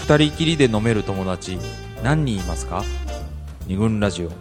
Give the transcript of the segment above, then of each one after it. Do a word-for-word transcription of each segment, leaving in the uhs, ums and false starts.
二人きりで飲める友達何人いますか？二軍ラジオ。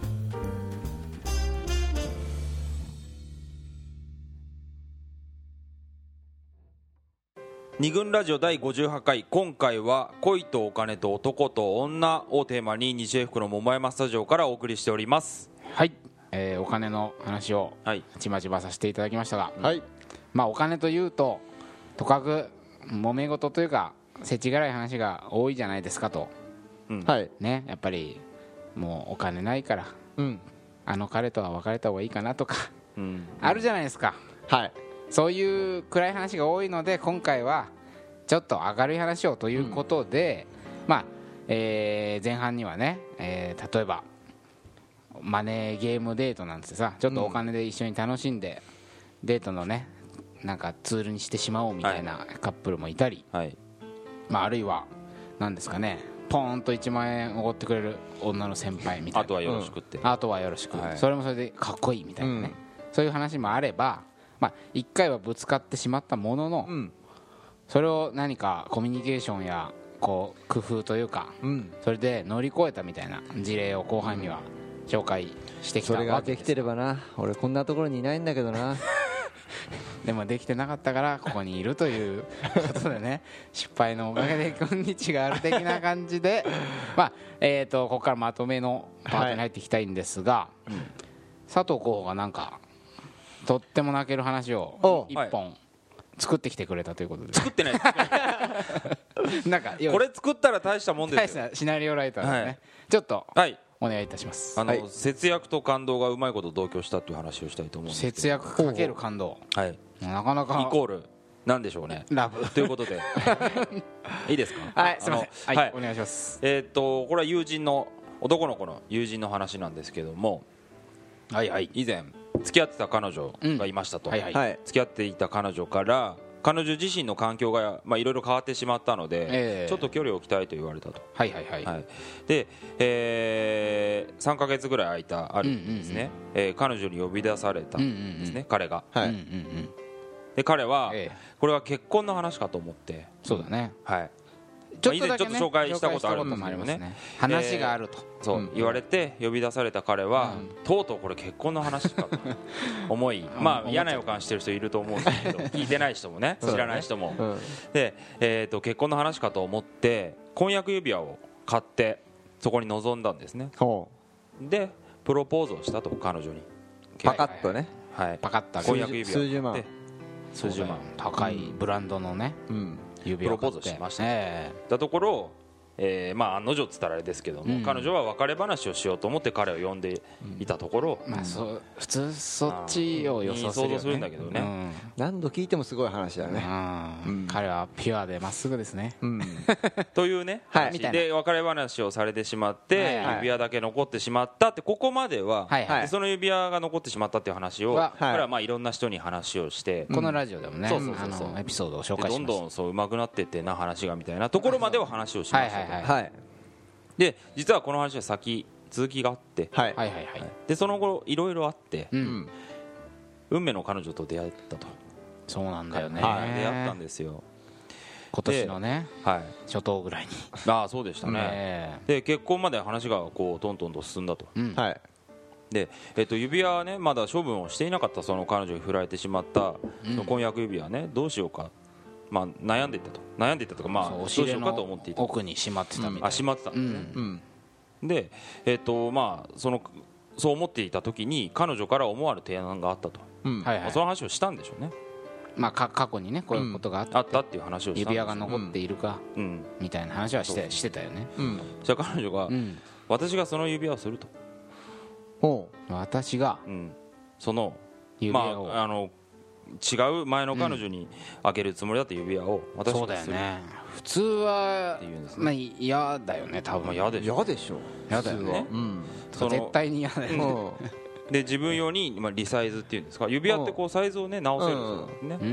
二軍ラジオだいごじゅうはちかい、今回は恋とお金と男と女をテーマに西英福の桃山スタジオからお送りしております。 はい、えー、お金の話をちまちまさせていただきましたが、はい、まあお金というととかく揉め事というか世知辛い話が多いじゃないですかと、うんね、やっぱりもうお金ないから、うん、あの彼とは別れた方がいいかなとか、うん、あるじゃないですか、はい、そういう暗い話が多いので今回はちょっと明るい話をということで、うん、まあ、えー、前半にはね、えー、例えばマネーゲームデートなんてさ、ちょっとお金で一緒に楽しんでデートのねなんかツールにしてしまおうみたいなカップルもいたり、はい、まあ、あるいは何ですかね、ポーンといちまんえんおごってくれる女の先輩みたいな、あとはよろしくって、うん、あとはよろしく、はい、それもそれでかっこいいみたいなね、うん、そういう話もあれば、まあ、いっかいはぶつかってしまったものの、うん、それを何かコミュニケーションやこう工夫というか、うん、それで乗り越えたみたいな事例を後半には紹介してきたわけです。 それができてればな、俺こんなところにいないんだけどなでもできてなかったからここにいるということでね、失敗のおかげで今日がある的な感じでまあ、えーとここからまとめのパートに入っていきたいんですが、はい、佐藤候補がなんかとっても泣ける話を一本作ってきてくれたということで、 作ってないですなんかこれ作ったら大したもんですよ。 大したシナリオライターですね、はい、ちょっと、はい、お願いいたします。 あの、はい、節約と感動がうまいこと同居したという話をしたいと思うんですけど、 節約かける感動、はい、なかなかイコールなんでしょうね、 ラブということでいいですか？ はい、すみません、はい、はい、お願いします。 えー、っとこれは友人の男の子の友人の話なんですけども、はいはい、以前付き合ってた彼女がいましたと、うん、はいはい、付き合っていた彼女から彼女自身の環境がいろいろ変わってしまったので、えー、ちょっと距離を置きたいと言われたと、はいはいはい、はい、で、えー、さんかげつぐらい空いたある日ですね、うんうんうん、えー、彼女に呼び出されたんですね、うんうんうん、彼が、はい、うんうんうん、で彼は、えー、これは結婚の話かと思って、 そうだね、 はい、ちょっとだけね、まあ、以前ちょっと紹介したことあるんですけどね、ね、 話があると、 えー、そう、うん、言われて呼び出された彼は、うん、とうとうこれ結婚の話かと思いまあ嫌な予感してる人いると思うんですけど聞いてない人もね知らない人も、うん、で、えー、と結婚の話かと思って婚約指輪を買ってそこに臨んだんですね。でプロポーズをしたと、彼女にパカッとね、 はい、パカッと婚約指輪を数十万数十万高いブランドのね、うん、 プロポーズしました、えー、だところ、えー、まあ案の定っつったらあれですけども、うん、彼女は別れ話をしようと思って彼を呼んでいたところ、 うん、まあ、そう普通そっちを予想するよね、 想像するんだけどね、うん、 何度聞いてもすごい話だね、 うん、彼はピュアでまっすぐですね、うん、 というね、はい、で別れ話をされてしまって、はいはい、指輪だけ残ってしまったって、ここまでは、はいはい、でその指輪が残ってしまったっていう話を、はい、彼はまあいろんな人に話をして、 このラジオでもね、そうそうそうそう、あのエピソードを紹介しました。 どんどんそう上手くなってってな話がみたいなところまでは話をしました、はいはいはい、で実はこの話は先続きがあって、はいはいはい、でその後いろいろあって、うん、運命の彼女と出会ったと。 そうなんだよね、 はい、出会ったんですよ今年のね、はい、初頭ぐらいに。 ああそうでしたね、ね、で結婚まで話がこうトントンと進んだと、うん、はい、で、えっと、指輪はねまだ処分をしていなかったその彼女に振られてしまったその婚約指輪ね、どうしようか、まあ、悩んでいたと悩んでいたとか、まあ、どうしようかと思っていた、 奥にしまってたみたいな、うん、 あしまってたんですね、うんうん、で、えっとまあ、そのそう思っていた時に彼女から思わぬ提案があったと、うんはいはい、まあ、その話をしたんでしょうね、 まあ、か過去にねこういうことがあって、うん、 あったっていう話をしたんですよ。 指輪が残っているか、うん、みたいな話はして、してたよね、うん、 じゃあ彼女が、うん、私がその指輪をすると、 ほう私が、 うん、その指輪を、まあ、あの違う前の彼女にあげるつもりだった指輪を私がする、そうだよね、 普通はまあ嫌だよね多分、まあ、 嫌でしょ嫌でしょ嫌だよね、うん、その絶対に嫌だよねで自分用に、まあ、リサイズっていうんですか、指輪ってこうサイズをね直せるんですね、うん、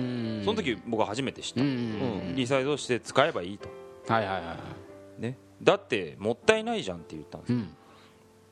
その時僕は初めて知った、うん、リサイズをして使えばいいと、はいはいはい、ね、だってもったいないじゃんって言ったんですよ、うん、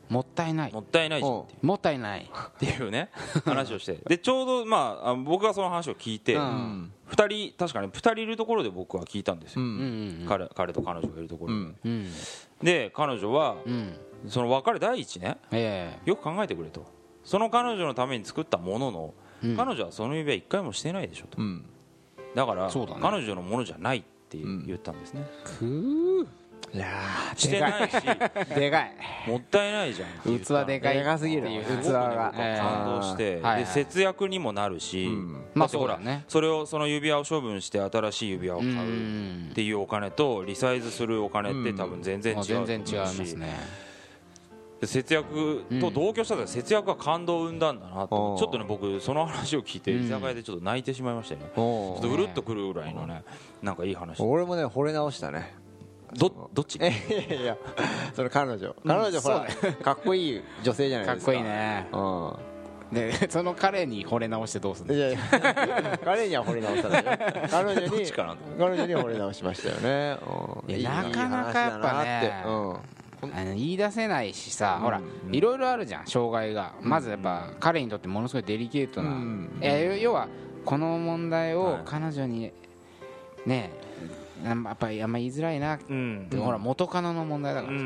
もったいないもったいないじゃんっていうもったいないっていうね話をしてでちょうどまあ僕がその話を聞いてふたり確かにふたりいるところで僕は聞いたんですよ彼彼と彼女がいるところでで彼女はその別れ第一ねよく考えてくれとその彼女のために作ったものの彼女はその指輪一回もしてないでしょとだから彼女のものじゃないって言ったんですねくーいやしてないしでかいもったいないじゃん器でかいでかすぎる器が感動してで節約にもなるしまあそうだねそれをその指輪を処分して新しい指輪を買うっていうお金とリサイズするお金って多分全然違う全然違いますね節約と同居したら節約が感動を生んだんだなとちょっとね僕その話を聞いて居酒屋でちょっと泣いてしまいましたよねちょっとうるっとくるぐらいのねなんかいい話俺もね惚れ直したねどどっちいやいやその彼女彼女ほらかっこいい女性じゃないですかかっこいいねでその彼に惚れ直してどうするのいやいや彼には惚れ直さないよ彼女に彼女には惚れ直しましたよねいやなかなかやっぱねあの言い出せないしさ、うん、ほら、うん、いろいろあるじゃん障害が、うん、まずやっぱ彼にとってものすごいデリケートな、うん、え要はこの問題を彼女にねやっぱりあんま言いづらいなって、うん、ほら元カノの問題だからさ、うん、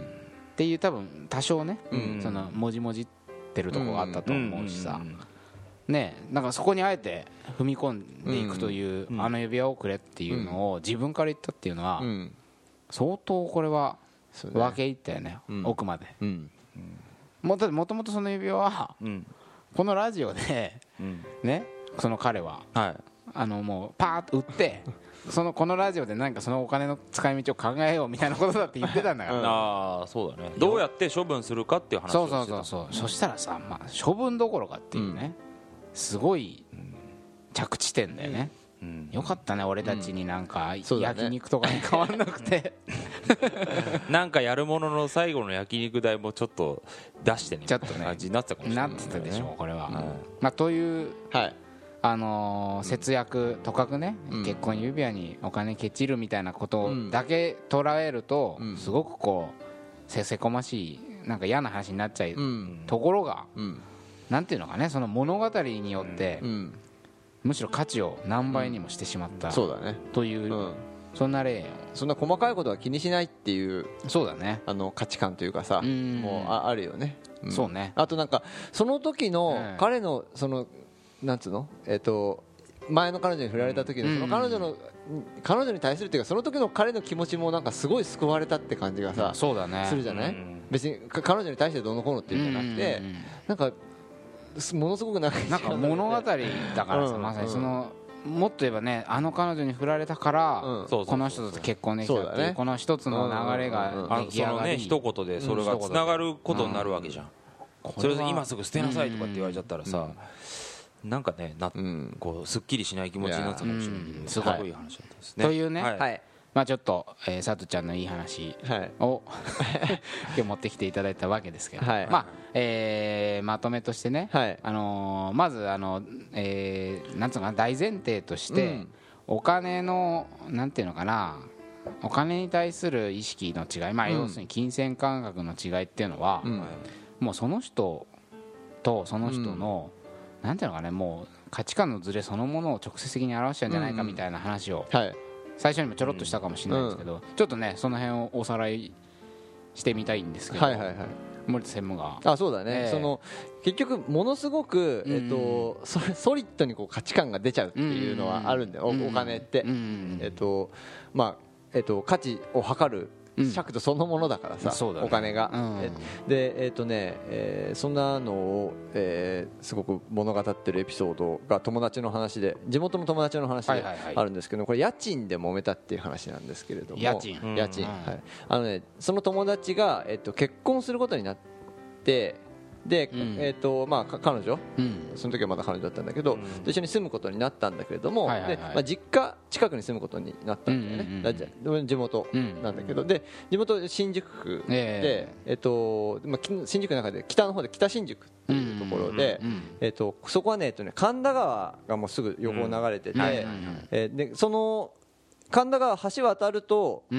っていう多分多少ね、うん、そのもじもじってるところがあったと思うしさ、ねなんかそこにあえて踏み込んでいくという、あの指輪をくれっていうのを自分から言ったっていうのは、相当これは分け入ったよね、うん、奥まで、うんうん、もともとその指輪は、うん、このラジオで、うん、ねその彼は、はい、あのもうパーッと売ってそのこのラジオで何かそのお金の使い道を考えようみたいなことだって言ってたんだから、うん、 ああそうだねどうやって処分するかっていう話をしてたそうそうそうそう、うん、そしたらさ、まあ、処分どころかっていうね、うん、すごい着地点だよね、うん、よかったね俺たちになんか焼肉とかに変わんなくて、 うん、なんかやるものの最後の焼肉代もちょっと出してねちょっとね感じになってたかもしれない、 なってたでしょこれは、うんまあ、という、はいあのー、節約とかくね、うん、結婚指輪にお金ケチるみたいなことだけ捉えると、うん、すごくこうせせこましいなんか嫌な話になっちゃうところが、うん、なんていうのかねその物語によって、うんうんむしろ価値を何倍にもしてしまった、うん、 そうだねという、うん、そんな例そんな細かいことは気にしないっていうそうだねあの価値観というかさもう あ, あるよね、 うん、そうねあとなんかその時の彼のそのなんつうのえっ、ー、と前の彼女に振られた時のその彼女の、うん、彼女に対するっていうかその時の彼の気持ちもなんかすごい救われたって感じがさ、 そうだねするじゃない、うん、別に彼女に対してどうのこうのっていうんじゃなくて、うん、なんかものすごくなんかなんか物語だからさ、うん、まさにそのもっと言えばねあの彼女に振られたから、うん、この人と結婚できたっていう、ね、この一つの流れが出来上がり、うんうん、そのね一言でそれがつながることになるわけじゃん、うん、それで今すぐ捨てなさいとかって言われちゃったらさ、うん、なんかねな、うん、こうすっきりしない気持ちになったかもしれないけど、うん、すごくいい話だったですね、 というね、 はいはいまあ、ちょっと、えー、佐藤ちゃんのいい話を、はい、今日持ってきていただいたわけですけど、はいまあえー、まとめとしてね、はいあのー、まずあの、えー、なんつうのかな大前提として、うん、お金のなんていうのかなお金に対する意識の違い、まあ、要するに金銭感覚の違いっていうのは、うん、もうその人とその人の、うん、なんていうのかねもう価値観のズレそのものを直接的に表しちゃうんじゃないかみたいな話を、うんはい最初にもちょろっとしたかもしれないですけど、うん、ちょっとねその辺をおさらいしてみたいんですけど、はいはいはい、森田専務があそうだね、えー、その結局ものすごく、えーと、ソ, ソリッドにこう価値観が出ちゃうっていうのはあるんだよ、うん、お, お金って、うんえーとまあえーと、価値を測る尺度そのものだからさ、うんね、お金が、うん、でえっ、ー、とね、えー、そんなのを、えー、すごく物語ってるエピソードが友達の話で地元の友達の話であるんですけど、これ家賃で揉めたっていう話なんですけれども家賃家賃、うんはいあのね、その友達が、えー、と結婚することになってで、うんえーとまあ、彼女、うん、その時はまだ彼女だったんだけど、うん、一緒に住むことになったんだけれども、はいはいはいでまあ、実家近くに住むことになったんだよね、うんうんうん、地元なんだけど、で地元新宿区で、えーえーとまあ、新宿の中で北の方で北新宿っていうところで、うんうんうんえー、とそこはね、えーとね、神田川がもうすぐ横を流れてて、うんはいはいはいえー、でその神田川橋渡ると、うん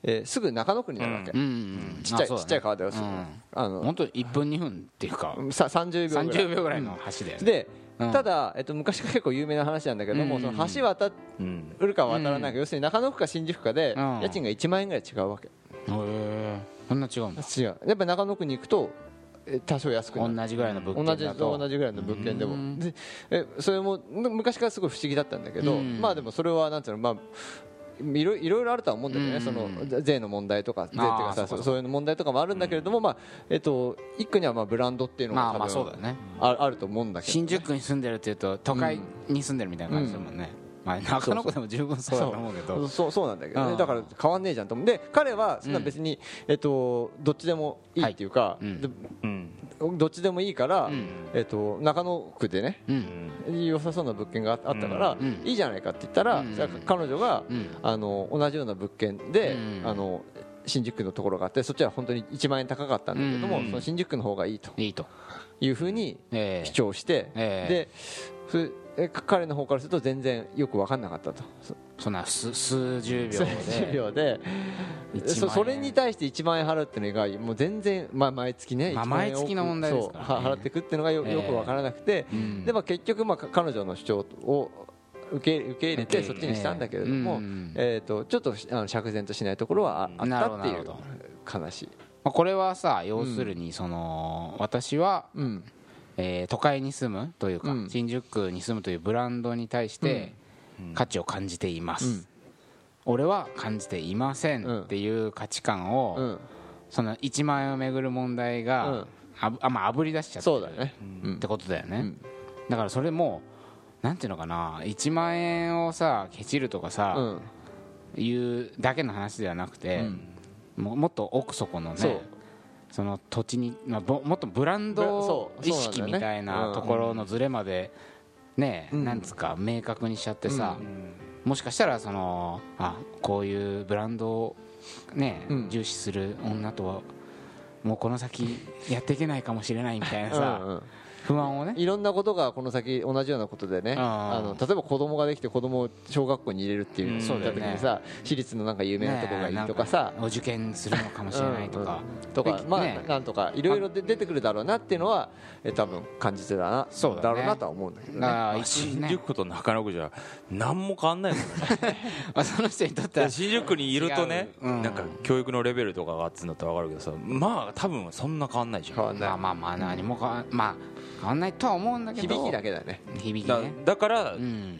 えー、すぐ中野区になるわけ、うんうん、ちっちゃい、ね、ちっちゃい川だよ、うん、 あの本当いっぷんにふんっていうかささんじゅうびょうぐらいさんじゅうびょうぐらいの橋だよね、 でただ、えっと、昔から結構有名な話なんだけども、うん、その橋渡るか渡らないか、うん、要するに中野区か新宿区かで、うん、家賃がいちまんえんぐらい違うわけ。へえ、そんな違うんだ。 違う、やっぱり中野区に行くと多少安くなる、 同じぐらいの物件だと、 同じ、同じぐらいの物件でも、でえそれも昔からすごい不思議だったんだけど、まあでもそれはなんていうの、まあいろいろあるとは思うんだけどね、その税の問題とか税っていうかさ、そういう問題とかもあるんだけれども、まあえっと一区にはまあブランドっていうのが多分あると思うんだけど、 新宿区に住んでるっていうと都会に住んでるみたいな感じだもんね。まあ、中野区でも十分そうだと思うけど、 そうそうなんだけどね、だから変わんねえじゃんと思う。で彼はそんな別に、えっとどっちでもいいっていうか、どっちでもいいから、えっと中野区でね、良さそうな物件があったから、いいじゃないかって言ったら、彼女があの同じような物件で、あの新宿区のところがあって、そっちは本当にいちまんえん高かったんだけども、その新宿区の方がいいというふうに主張して、で彼の方からすると全然よく分かんなかったと。 そんな数数十秒で数十秒でそ, それに対していちまんえん払うっていうのがもう全然、まあ、毎月ね、 まあ、毎月の問題ですから、ね、 払っていくっていうのが よ, よく分からなくて、えー、でも結局まあ彼女の主張を受け受け入れてそっちにしたんだけれども、えー、とちょっとあの釈然としないところは あ, あったっていう話。 これはさ、要するにその、うん、私は、うんえー、都会に住むというか、うん、新宿区に住むというブランドに対して価値を感じています、うん、俺は感じていませんっていう価値観を、うん、そのいちまんえんをめぐる問題が、うん、あぶあ、まあ、あぶり出しちゃってる、そうだね、うん、ってことだよね、うん、だからそれもなんていうのかな、いちまんえんをさケチるとかさ、うん、いうだけの話ではなくて、うん、も, もっと奥底のね、その土地に、まあ、もっとブランド意識みたいなところのズレまでね、なんつうか明確にしちゃってさ、もしかしたらそのあこういうブランドをね重視する女とはもうこの先やっていけないかもしれないみたいなさ不安をね、 いろんなことがこの先同じようなことでね、あの例えば子供ができて子供を小学校に入れるっていうそうだ時にさ、私立のなんか有名なところがいいとかさ、 お受験するのかもしれないとかとか、まあなんとかいろいろ出てくるだろうなっていうのは多分感じてたなだろうなとは思うんだけどね。 新宿区と中野区じゃ何も変わんないもんね。 その人にとっては新宿区にいるとね、なんか教育のレベルとかがあっつうんだったら分かるけどさ、まあ多分そんな変わんないじゃん。 変わんない。まあまあまあ何も変わんまあ変わんないとは思うんだけど、 響きだけだね。 響きね。 だ, だから、うん、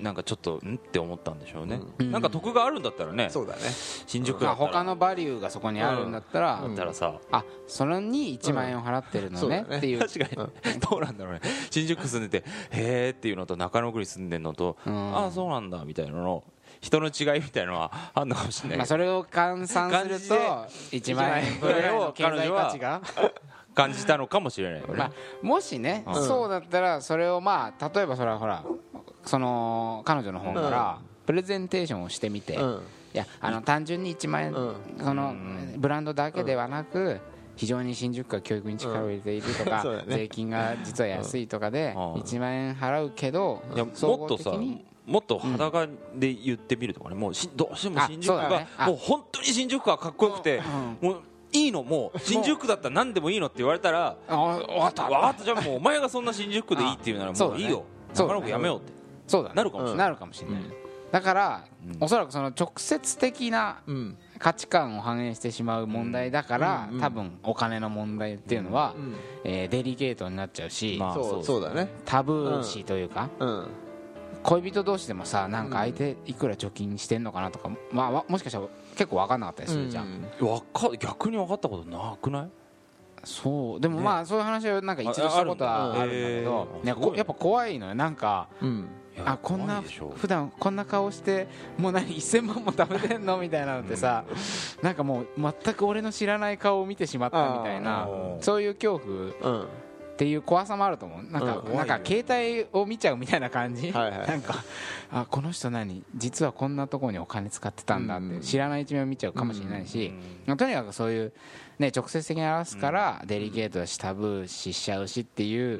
なんかちょっとんって思ったんでしょうね、うん、なんか得があるんだったらね、 そうだね、 新宿だったら、 まあ、他のバリューがそこにあるんだったら、 うん、だったらさ、 あそれにいちまんえんを払ってるのね、うん、っていう、 確かに、うん、どうなんだろうね、新宿住んでてへーっていうのと中野区に住んでるのと、うん、ああそうなんだみたいなの人の違いみたいなのはあるのかもしれないけど、まあ、 それを換算するといちまんえんぐらいの経済価値が感じたのかもしれないよね、 まあ、もしね、うん、そうだったらそれをまあ例えばそれはほらその彼女の方からプレゼンテーションをしてみて、うん、いやあの単純にいちまんえん、うん、そのブランドだけではなく非常に新宿区は教育に力を入れているとか、うんね、税金が実は安いとかでいちまんえん払うけど、 いやもっとさもっと裸で言ってみるとかね、もうしどうしても新宿が、ね、もう本当に新宿がかっこよくて、もういいの、もう新宿区だったら何でもいいのって言われたら、分かった分かった、じゃあもうお前がそんな新宿区でいいって言うならもういいよ、中野区やめようってそうだ、ね、 なるかもしれない、 なるかもしれない、うん、だから、うん、おそらくその直接的な価値観を反映してしまう問題だから、うん、多分お金の問題っていうのは、うんえー、デリケートになっちゃうし、 まあ、そうそうだね、 タブー視というか、うんうん、恋人同士でもさ、なんか相手いくら貯金してんのかなとか、まあ、もしかしたら結構分かんなかったりするじゃん、 うん、わか逆に分かったことなくない？ そうでもまあそういう話をなんか一度したことはあるんだけど、ね、やっぱ怖いのよ、なんか、うん、あこんな普段こんな顔してもう何せんまんも食べてんのみたいなのってさ、うん、なんかもう全く俺の知らない顔を見てしまったみたいな、そういう恐怖、うんっていう怖さもあると思う。なんか、うん、なんか携帯を見ちゃうみたいな感じ、はいはい、なんかあこの人何実はこんなところにお金使ってたんだって知らない一面を見ちゃうかもしれないし、うん、とにかくそういう、ね、直接的に表すからデリケートだしタブー視しちゃうしっていう、うん、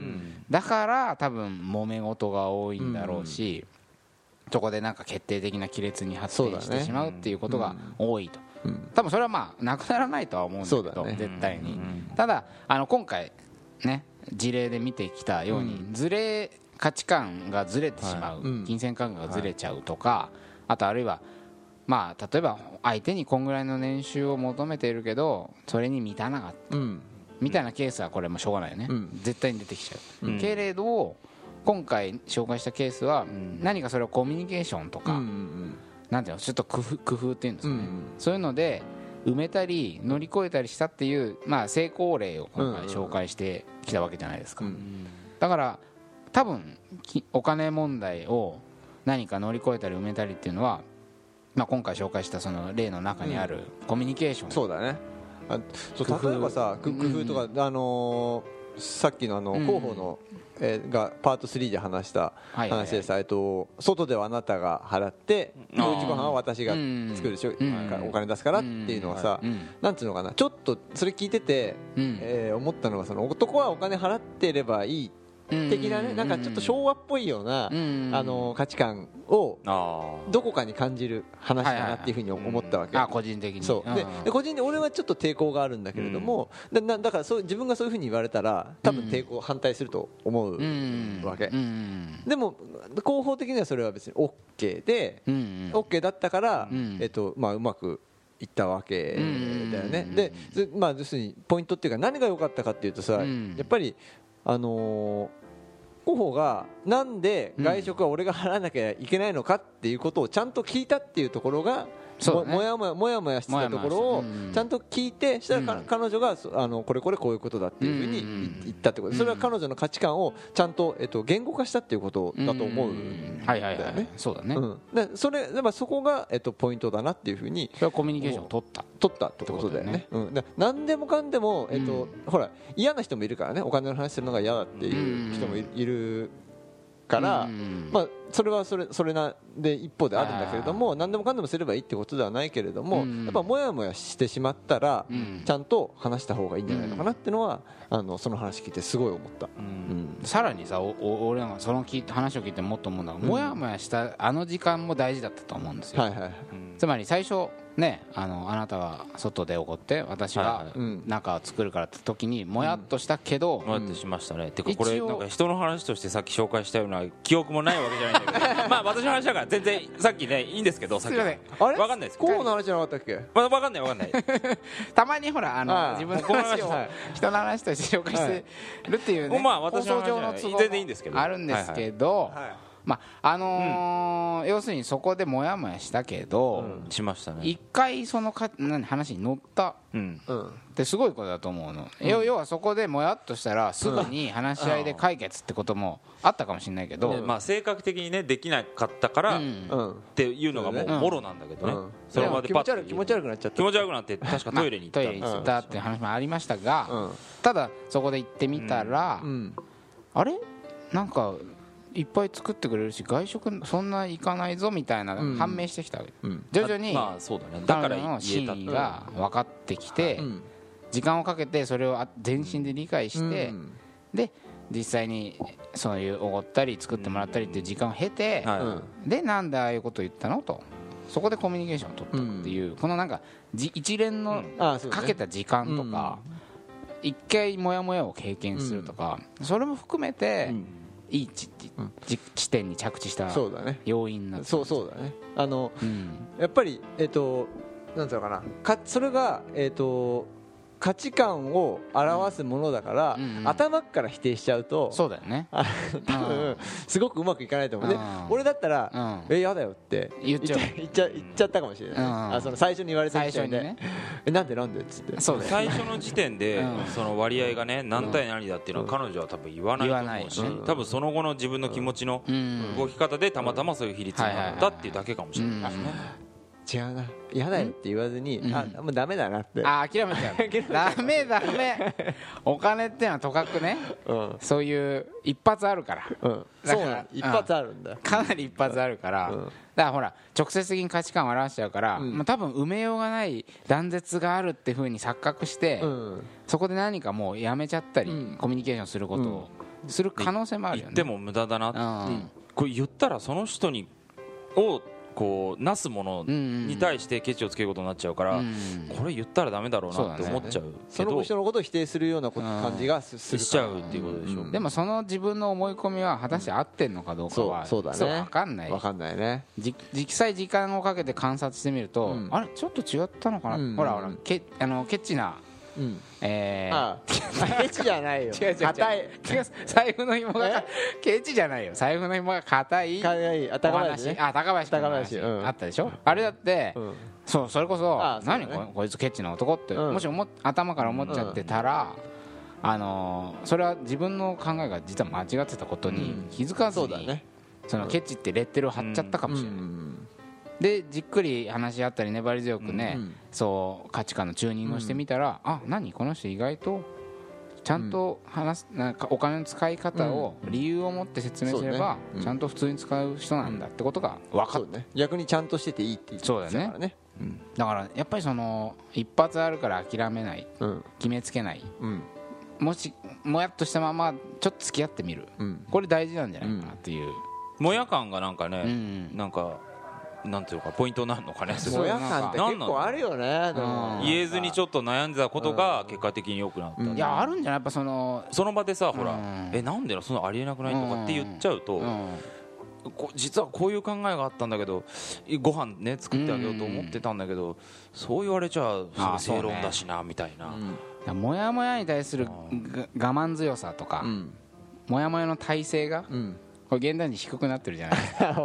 だから多分揉め事が多いんだろうし、うん、そこでなんか決定的な亀裂に発展してしまうっていうことが多いと。 うん、多分それはまあなくならないとは思うんだけど、ね、絶対に、うん、ただあの今回ね事例で見てきたように、うん、ずれ価値観がずれてしまう、はい、金銭感覚がずれちゃうとか、はい、あとあるいはまあ例えば相手にこんぐらいの年収を求めているけどそれに満たなかった、うん、みたいなケースはこれもしょうがないよね、うん、絶対に出てきちゃう、うん、けれど今回紹介したケースは何かそれをコミュニケーションとか、うんうんうん、なんていうのちょっと工夫、工夫っていうんですかね、うんうん、そういうので埋めたり乗り越えたりしたっていう、まあ、成功例を今回紹介してきたわけじゃないですか、うんうん、だから多分お金問題を何か乗り越えたり埋めたりっていうのは、まあ、今回紹介したその例の中にあるコミュニケーション、うん、 そうだねあそう例えばさ工夫とか、うん、あのー、さっきのあの広報の、うんえー、がパートスリーで話した話でさ、はいはいはい、と外ではあなたが払っておうちご飯は私が作るでしょ、うん、お金出すからっていうのはさ、うん、なんつうのかなちょっとそれ聞いてて、うんえー、思ったのがその男はお金払っていればいい的なねなんかちょっと昭和っぽいような、うん、あの価値観をどこかに感じる話だなっていうふうに思ったわけ、 あ個人的にそうでで個人的に俺はちょっと抵抗があるんだけれども、うん、だ, だからそう自分がそういうふうに言われたら多分抵抗反対すると思うわけ、うんうん、でも広報的にはそれは別に OK で、うんうん、OK だったから、うんえっとまあ、うまくいったわけだよね、で、まあ、要するにポイントっていうか何が良かったかっていうとさ、うん、やっぱりあのー、広報がなんで外食は俺が払わなきゃいけないのかっていうことをちゃんと聞いたっていうところが、も, もやもやもやもやしてたところをちゃんと聞いてしたら、うん、彼女があのこれこれこういうことだっていうふうに言ったってこと、それは彼女の価値観をちゃんと、えっと、言語化したっていうことだと思うんだよね。 そうだね、 うん、でそれでもそこが、えっと、ポイントだなっていうふうにそれはコミュニケーションを取った取ったってことだよね。うん、で何でもかんでも、えっと、うん、ほら嫌な人もいるからねお金の話するのが嫌だっていう人も い, いるから、まあ、それはそれそれなで一方であるんだけれども何でもかんでもすればいいってことではないけれども、やっぱもやもやしてしまったらちゃんと話した方がいいんじゃないのかなっていうのはあのその話聞いてすごい思った、うんうん、さらにさおお俺がその聞い話を聞いてもっと思うのは、うん、もやもやしたあの時間も大事だったと思うんですよ、はいはいはい、つまり最初ね、あのあなたは外で怒って私が中を作るからって時にもやっとしたけど、 うん、もやっとしましたね、うん、てかこれなんか人の話としてさっき紹介したような記憶もないわけじゃないんだけどまあ私の話だから全然さっきねいいんですけど、さっきあれ分かんないです候補の話じゃなかったっけ、 まあ、分かんない分かんないたまにほらあの自分の話を人の話として紹介してるっていうね、 まあ私の話は全然いいんですけどあるんですけど、はいはいまああのーうん、要するにそこでもやもやしたけど、 うん、しましたね一回そのか何話に乗った、うん、ってすごいことだと思うの、うん、要はそこでもやっとしたらすぐに話し合いで解決ってこともあったかもしれないけど、 うんまあ、性格的に、ね、できなかったから、うん、っていうのがもうもろなんだけどね、うん、 それまでパッと気持ち悪くなっちゃった気持ち悪くなって確かトイレに行った、まあ、 トイレに行ったっていう話もありましたが、うん、ただそこで行ってみたら、うん、あれなんかいっぱい作ってくれるし外食そんな行かないぞみたいな判明してきたわけ、うん、徐々に彼女の真意が分かってきて、うん、時間をかけてそれを全身で理解して、うん、で実際にそういうおごったり作ってもらったりっていう時間を経て、うん、でなんでああいうことを言ったのとそこでコミュニケーションを取ったっていう、うん、このなんか一連のかけた時間とか一回モヤモヤを経験するとかそれも含めて、うんいい地点に着地した要因なんです、 そうそうだねあの、うん、やっぱりえっ、ー、となんていうのかなかそれがえっ、ー、と価値観を表すものだから、うんうん、頭から否定しちゃうとそうだよね多分すごくうまくいかないと思う、ね、俺だったら、うん、えやだよって言っちゃ言っちゃ言っちゃったかもしれない、うん、あその最初に言われた時点で、ね、えなんでなんでっつってそう最初の時点で、うん、その割合がね何対何だっていうのは彼女は多分言わないと思うし、うん、多分その後の自分の気持ちの動き方でたまたまそういう比率になったっていうだけかもしれないですね。 違うな嫌だよって言わずに、うん、あもうダメだなってあ諦めちゃうダメダメお金っていうのはとかくね、うん、そういう一発あるから、 うん、だからそう一発あるんだ、 うん、かなり一発あるから、うん、だからほら直接的に価値観を表しちゃうから、うんまあ、多分埋めようがない断絶があるっていう風に錯覚して、うん、そこで何かもうやめちゃったり、うん、コミュニケーションすることをする可能性もあるよね。 言っても無駄だなって、うん、これ言ったらその人にをこうなすものに対してケチをつけることになっちゃうから、これ言ったらダメだろうなって思っちゃうけど、 その人のことを否定するような感じがするしちゃうっていうことでしょ。 でもその自分の思い込みは果たして合ってんのかどうかはそうだね、 分かんない分かんないね。 実際時間をかけて観察してみると、あれちょっと違ったのかな、ほらほらケあのケチなうん、 えー、 ああケチじゃないよ違う違う違う硬い違う財布の紐がケチじゃないよ、財布の紐が硬いお話、 ね、あ高林君の話、うん、あったでしょ、あれだって、うん、そうそれこそ何、ね、こ, こいつケチな男って、うん、もし思頭から思っちゃってたら、うん、あのー、それは自分の考えが実は間違ってたことに気づかずに、うん、そうだね、そのケチってレッテルを貼っちゃったかもしれない、うんうん、でじっくり話し合ったり粘り強くね、うんうん、そう価値観のチューニングをしてみたら、うん、あ何この人意外とちゃんと話す、なんかお金の使い方を理由を持って説明すれば、うん、ちゃんと普通に使う人なんだってことが分かった、ね、 逆にちゃんとしてていいって言ってたからね。そうだよね、 うん、だからやっぱりその一発あるから諦めない、うん、決めつけない、うん、もしもやっとしたままちょっと付き合ってみる、うん、これ大事なんじゃないかなっていう、 うん、もや感がなんかね、うん、なんかなんていうかポイントなのかね。 もや感って結構あるよね。でも言えずにちょっと悩んでたことが結果的に良くなった、 うん、いやあるんじゃない、やっぱそのその場でさ、ほら、えなんでのそのありえなくないとかって言っちゃうと、こ実はこういう考えがあったんだけどご飯ね作ってあげようと思ってたんだけど、そう言われちゃう正論だしなみたいな、 もやもやに対する我慢強さとか、もやもやの体勢が、これ現代に低くなってるじゃないですか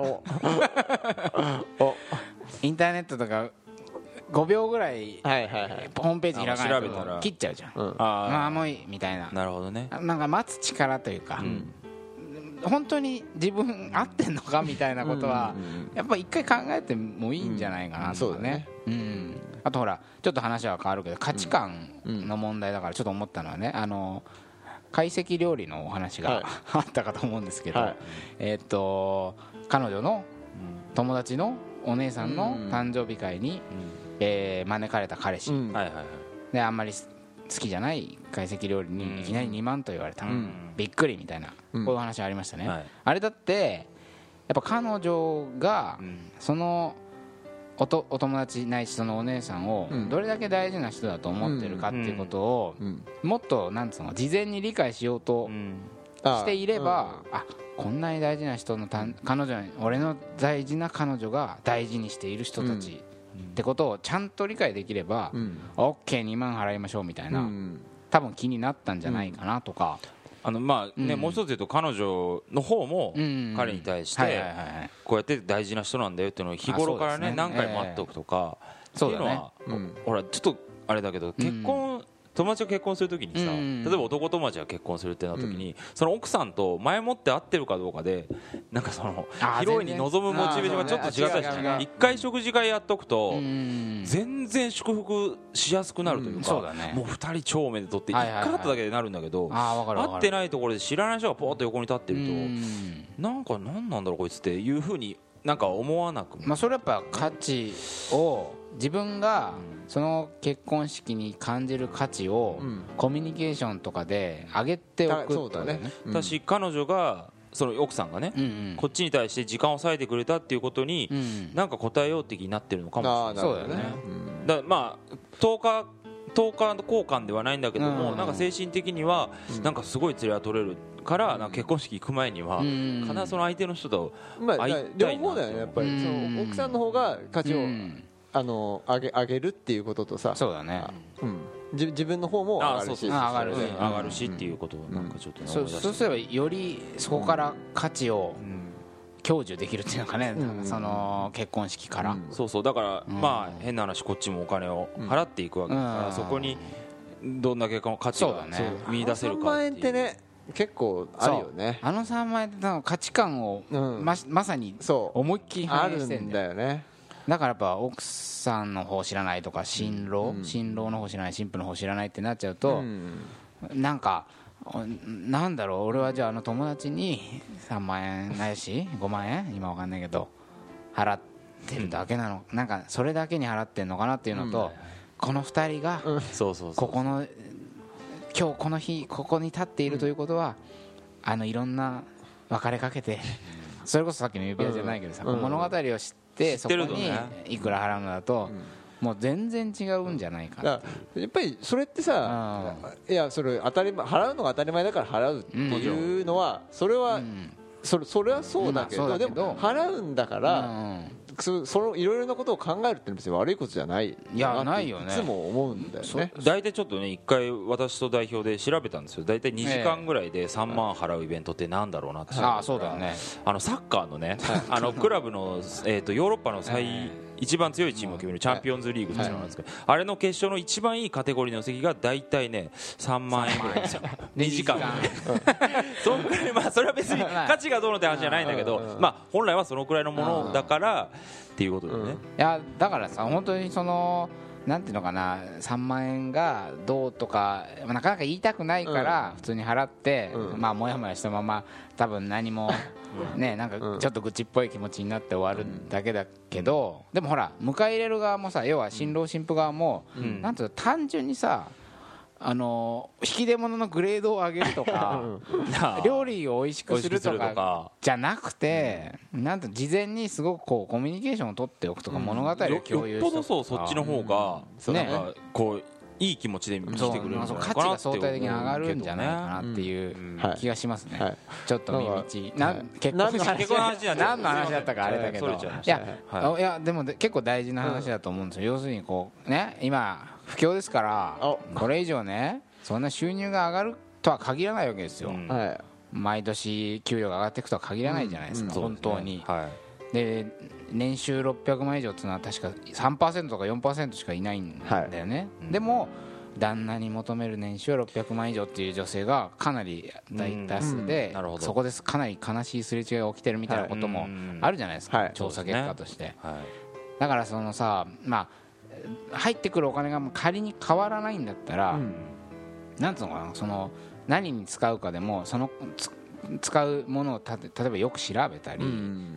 インターネットとかごびょうぐらいホームページ開かないと切っちゃうじゃん、うん、ああもういいみたいな、 なるほどね、 なんか待つ力というか、うん、本当に自分合ってんのかみたいなことはやっぱ一回考えてもいいんじゃないかなとかね、うんうん、あとほらちょっと話は変わるけど価値観の問題だからちょっと思ったのはね、あの懐石料理のお話が、はい、あったかと思うんですけど、はい、えー、っと彼女の友達のお姉さんの誕生日会に、うん、えー、招かれた彼氏、うん、であんまり好きじゃない懐石料理にいきなりにまんと言われた、うん、びっくりみたいな、うん、こういう話ありましたね、はい、あれだってやっぱ彼女がそのお, とお友達ないしそのお姉さんをどれだけ大事な人だと思ってるかっていうことをもっとなんつうの事前に理解しようとしていれば、あこんなに大事な人のた彼女俺の大事な彼女が大事にしている人たちってことをちゃんと理解できれば オーケーにまん払いましょうみたいな多分気になったんじゃないかなとか、 あのまあね、うん、もう一つ言うと彼女の方も彼に対してこうやって大事な人なんだよっていうのを日頃からね何回も会っておくとかっていうのは、ほらちょっとあれだけど結婚友達が結婚するときにさ、例えば男友達が結婚するってなったときに、その奥さんと前もって会ってるかどうかでなんかその披露宴に臨むモチベーションがちょっと違ったし、一回食事会やっとくと全然祝福しやすくなるというか、もうふたり超おめでとって一回会っただけでなるんだけど、会ってないところで知らない人がポーッと横に立ってるとなんか何なんだろうこいつっていうふうになんか思わなくも、 まあそれやっぱ価値を自分がその結婚式に感じる価値をコミュニケーションとかで上げておくってことだね。 私彼女がその奥さんがね、うんうん、こっちに対して時間を割いてくれたっていうことに、うん、なんか答えようって気になってるのかもしれない。そうだよね。だまあとおかとおか交換ではないんだけども、うん、なんか精神的にはなんかすごい連れが取れるからなんか結婚式行く前には必ずその相手の人と会いたいな、 両方だよねやっぱり、その奥さんの方が価値を、うんあの上げ上げるっていうこととさ、 そうだね、 うん、自, 自分の方も上がるし上がる、上がるしっていうことをなんかちょっと、ね、 うん、そうそうすればよりそこから価値を享受できるっていうのかね、うん、その結婚式から、うん、 そうそうだから、うん、まあ変な話こっちもお金を払っていくわけだから、うん、そこにどんだけ価値が見出せるかっていう。 さんまんえんってね結構あるよね。 あのさんまんえんって価値観を ま, まさに思いっきり反映してるんだよね。だからやっぱ奥さんの方知らないとか新郎、うん、新郎の方知らない新婦の方知らないってなっちゃうと、うん、なんかなんだろう俺はじゃああの友達にさんまんえんないしごまんえん今わかんないけど払ってるだけなの、うん、なんかそれだけに払ってるのかなっていうのと、うん、このふたりがここの今日この日ここに立っているということは、うん、あのいろんな別れかけてそれこそさっきの指輪じゃないけどさ、うん、物語を知っててそこにいくら払うのだともう全然違うんじゃないかな。 やっぱりそれってさ、いやそれ当たり前払うのが当たり前だから払うっていうのはそれはそれそれはそうだけど、でも払うんだから。そのいろいろなことを考えるって別に悪いことじゃないいやないよね。 いつも思うんだよね。 大体ちょっとね一回私と代表で調べたんですよ。大体にじかんぐらいでさんまん払うイベントってなんだろうなって。 ああそうだよね。 あのサッカーのねあのクラブのえっとヨーロッパの最一番強いチームを決めるチャンピオンズリーグっていうのなんですけど、あれの決勝の一番いいカテゴリーの席が大体ねさんまんえんぐらいですよ。にじかんそんくらい、まあそれは別に価値がどうのって話じゃないんだけど、まあ本来はそのくらいのものだからっていうことだよね。 いやだからさ本当にそのなんていうのかなさんまんえんがどうとかなかなか言いたくないから普通に払ってまあもやもやしたまま多分何もね、なんかちょっと愚痴っぽい気持ちになって終わるだけだけど、でもほら迎え入れる側もさ要は新郎新婦側もなんていうの単純にさあの引き出物のグレードを上げるとか料理を美味しくするとかじゃなくてなんて事前にすごくこうコミュニケーションを取っておくとか物語を共有しておくとかよっぽどそうそっちの方がなんかこういい気持ちで見てくれるんじゃないかなって、 価値が相対的に上がるんじゃないかなっていう気がしますね、うんはい、ちょっと耳打ち結婚の話何の話だったかあれだけどいや、はい、いやでも結構大事な話だと思うんですよ、うん、要するにこうね今不況ですからこれ以上ねそんな収入が上がるとは限らないわけですよ、うんはい、毎年給料が上がっていくとは限らないじゃないですか、うん、本当に、はい、で年収ろっぴゃくまん以上っていうのは確か さんパーセント とか よんパーセント しかいないんだよね、はいうん、でも旦那に求める年収はろっぴゃくまん以上っていう女性がかなり大多数で、うんうん、そこでかなり悲しいすれ違いが起きてるみたいなこともあるじゃないですか、はい、調査結果として、はいはい、だからそのさまあ入ってくるお金が仮に変わらないんだったら、うん、なんつうのかなその何に使うかでもその使うものをた例えばよく調べたり、うん、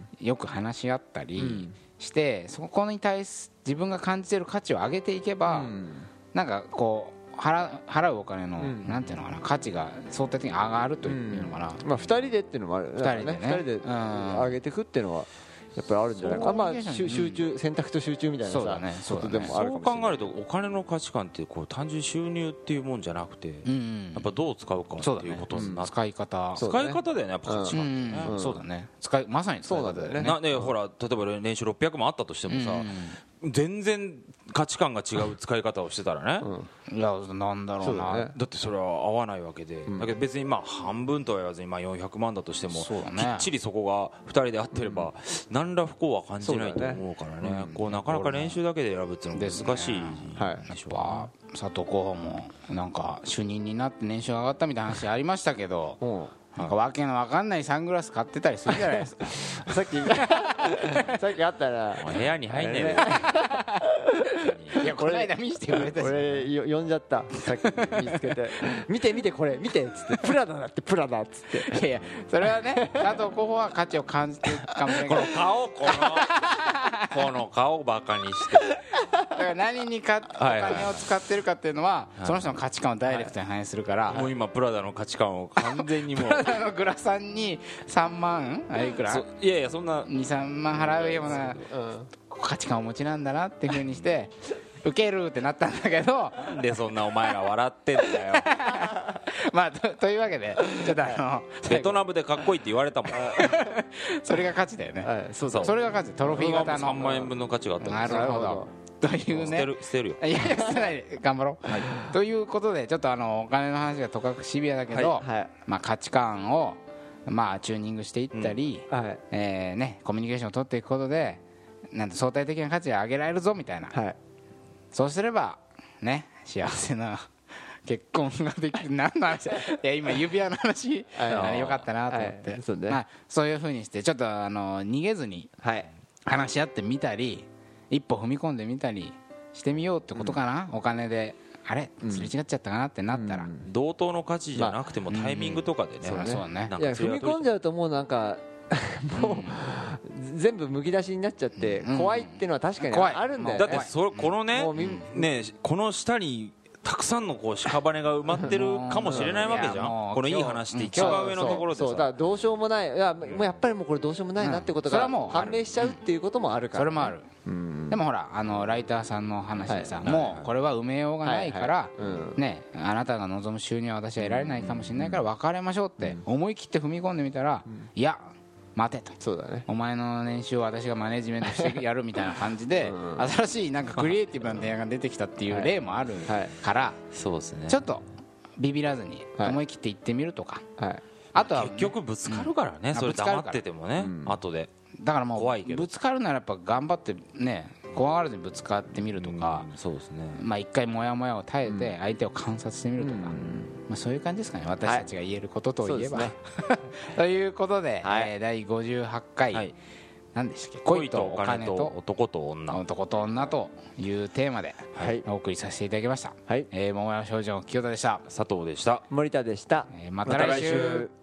よく話し合ったりして、うん、そこに対す自分が感じている価値を上げていけば、うん、なんかこう 払, 払うお金の、うん、なんていうのかな価値が相対的に上がるというのかな、うんまあ、 ふたりでっていうのもあるよね。ふたりでねふたりで上げていくっていうのはやっぱりあるんじゃないかな、まあ、集中選択と集中みたいなさそうだねそうだねそう考えるとお金の価値観ってこう単純に収入っていうもんじゃなくて、うんうん、やっぱどう使うかっていうことになって、ねうん、 使い方使い方だよねやっぱ価値観ってね、 うんうん、そうだね使いまさに使い方だよね。 なねほら例えば年収ろっぴゃくまんあったとしてもさ、うん、全然価値観が違う使い方をしてたらね、 うん、いやなんだろうなだ、ね、だってそれは合わないわけで、うん、だけど別にまあ半分とは言わずにまあよんひゃくまんだとしても、ね、きっちりそこがふたりで合ってれば、うん、何ら不幸は感じないと思うからね、ねこうなかなか練習だけで選ぶっていうのは難しい、ねはい、 佐藤候補もなんか主任になって年収が上がったみたいな話ありましたけど、うんなんかわけのわかんないサングラス買ってたりするじゃないですかさっきさっきあったら部屋に入んねえよいやこの間見せてくれたし俺呼んじゃったさっき見つけて見て見てこれ見てっつってプラダだってプラダっつっていやいやそれはね佐藤候補は価値を感じてるかもしれないこの顔このこの顔をバカにしてだから何にかお金を使ってるかっていうのはその人の価値観をダイレクトに反映するからもう今プラダの価値観を完全にもうプラダのグラさんにさんまんあれいくらいやいやそんなにさんまん払うような価値観をお持ちなんだなっていうふうにしてウケるってなったんだけどでそんなお前ら笑ってんだよまあ と, というわけでちょっとあのベトナムでかっこいいって言われたもんそれが価値だよね、はい、そうそうそれが価値トロフィー型のさんまんえんぶんの価値があったんですなるほどというね捨てる捨てるよいやいや捨てないで頑張ろう、はい、ということでちょっとあのお金の話がとかくシビアだけど、はいはいまあ、価値観をまあチューニングしていったり、うんはいえーね、コミュニケーションを取っていくことでなんて相対的な価値を上げられるぞみたいな、はい、そうすればね幸せな結婚ができる何の話いや今指輪の話よかったなと思って、はいそうねまあ、そういうふうにしてちょっとあの逃げずに話し合ってみたり一歩踏み込んでみたりしてみようってことかな、うん、お金であれすれ違っちゃったかなってなったら、うん、 同等の価値じゃなくてもタイミングとかでね、 うんうん、そうねいや踏み込んじゃうともうなんかもう全部むき出しになっちゃって怖いっていうのは確かにあるんだよね。 だってそこのねねこの下にたくさんのこう屍が埋まってるかもしれないわけじゃん。このいい話って一番上のところでさ、 そうだからどうしようもない、いやもうやっぱりもうこれどうしようもないなってことが判明しちゃうっていうこともあるから、 それもある。でもほらあのライターさんの話でさ、もうこれは埋めようがないからね、あなたが望む収入は私は得られないかもしれないから別れましょうって思い切って踏み込んでみたら、いや待てと、 そうだね、 お前の年収を私がマネジメントしてやるみたいな感じで新しいなんかクリエイティブな提案が出てきたっていう例もあるから、 そうですね、 ちょっとビビらずに思い切って行ってみるとか、あとは結局ぶつかるからね、それ黙っててもね、後で。 だからもうぶつかるならやっぱ頑張ってね、怖がらずにぶつかってみるとか、 そうですね、 まあ一回モヤモヤを耐えて相手を観察してみるとか、まあそういう感じですかね、私たちが言えることといえば。ということでだいごじゅうはちかい何でしたっけ、恋とお金と男と女男と女というテーマでお送りさせていただきました。桃山商事の清田でした。 佐藤でした。 森田でした。 また来週。